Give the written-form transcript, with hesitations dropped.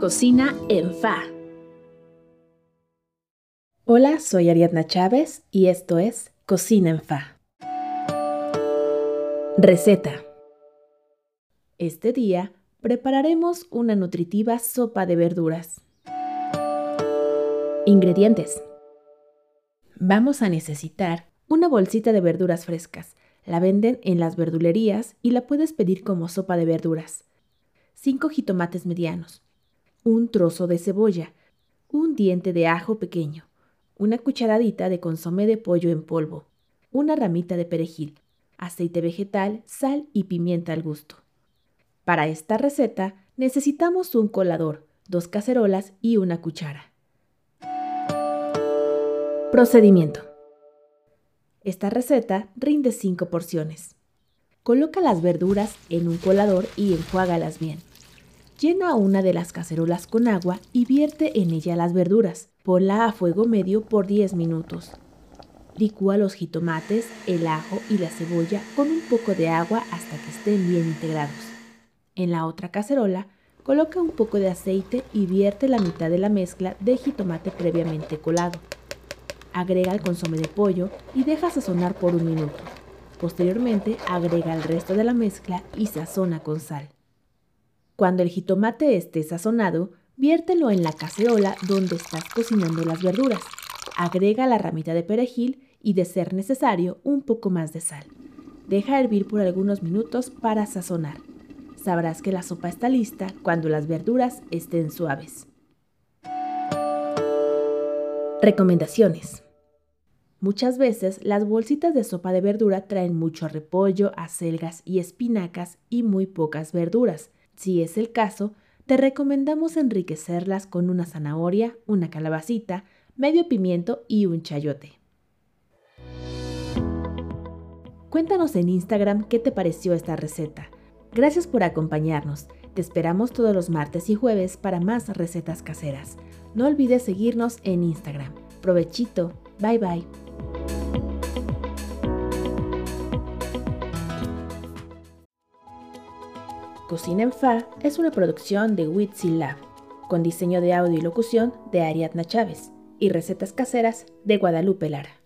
Cocina en Fa. Hola, soy Ariadna Chávez y esto es Cocina en Fa. Receta. Este día prepararemos una nutritiva sopa de verduras. Ingredientes. Vamos a necesitar una bolsita de verduras frescas. La venden en las verdulerías y la puedes pedir como sopa de verduras. 5 jitomates medianos, un trozo de cebolla, un diente de ajo pequeño, una cucharadita de consomé de pollo en polvo, una ramita de perejil, aceite vegetal, sal y pimienta al gusto. Para esta receta necesitamos un colador, 2 cacerolas y una cuchara. Procedimiento. Esta receta rinde 5 porciones. Coloca las verduras en un colador y enjuágalas bien. Llena una de las cacerolas con agua y vierte en ella las verduras. Ponla a fuego medio por 10 minutos. Licúa los jitomates, el ajo y la cebolla con un poco de agua hasta que estén bien integrados. En la otra cacerola, coloca un poco de aceite y vierte la mitad de la mezcla de jitomate previamente colado. Agrega el consomé de pollo y deja sazonar por 1 minuto. Posteriormente, agrega el resto de la mezcla y sazona con sal. Cuando el jitomate esté sazonado, viértelo en la cacerola donde estás cocinando las verduras. Agrega la ramita de perejil y, de ser necesario, un poco más de sal. Deja hervir por algunos minutos para sazonar. Sabrás que la sopa está lista cuando las verduras estén suaves. Recomendaciones. Muchas veces las bolsitas de sopa de verdura traen mucho repollo, acelgas y espinacas y muy pocas verduras. Si es el caso, te recomendamos enriquecerlas con una zanahoria, una calabacita, medio pimiento y un chayote. Cuéntanos en Instagram qué te pareció esta receta. Gracias por acompañarnos. Te esperamos todos los martes y jueves para más recetas caseras. No olvides seguirnos en Instagram. Provechito. Bye bye. Cocina en Fa es una producción de Witsi Lab, con diseño de audio y locución de Ariadna Chávez y recetas caseras de Guadalupe Lara.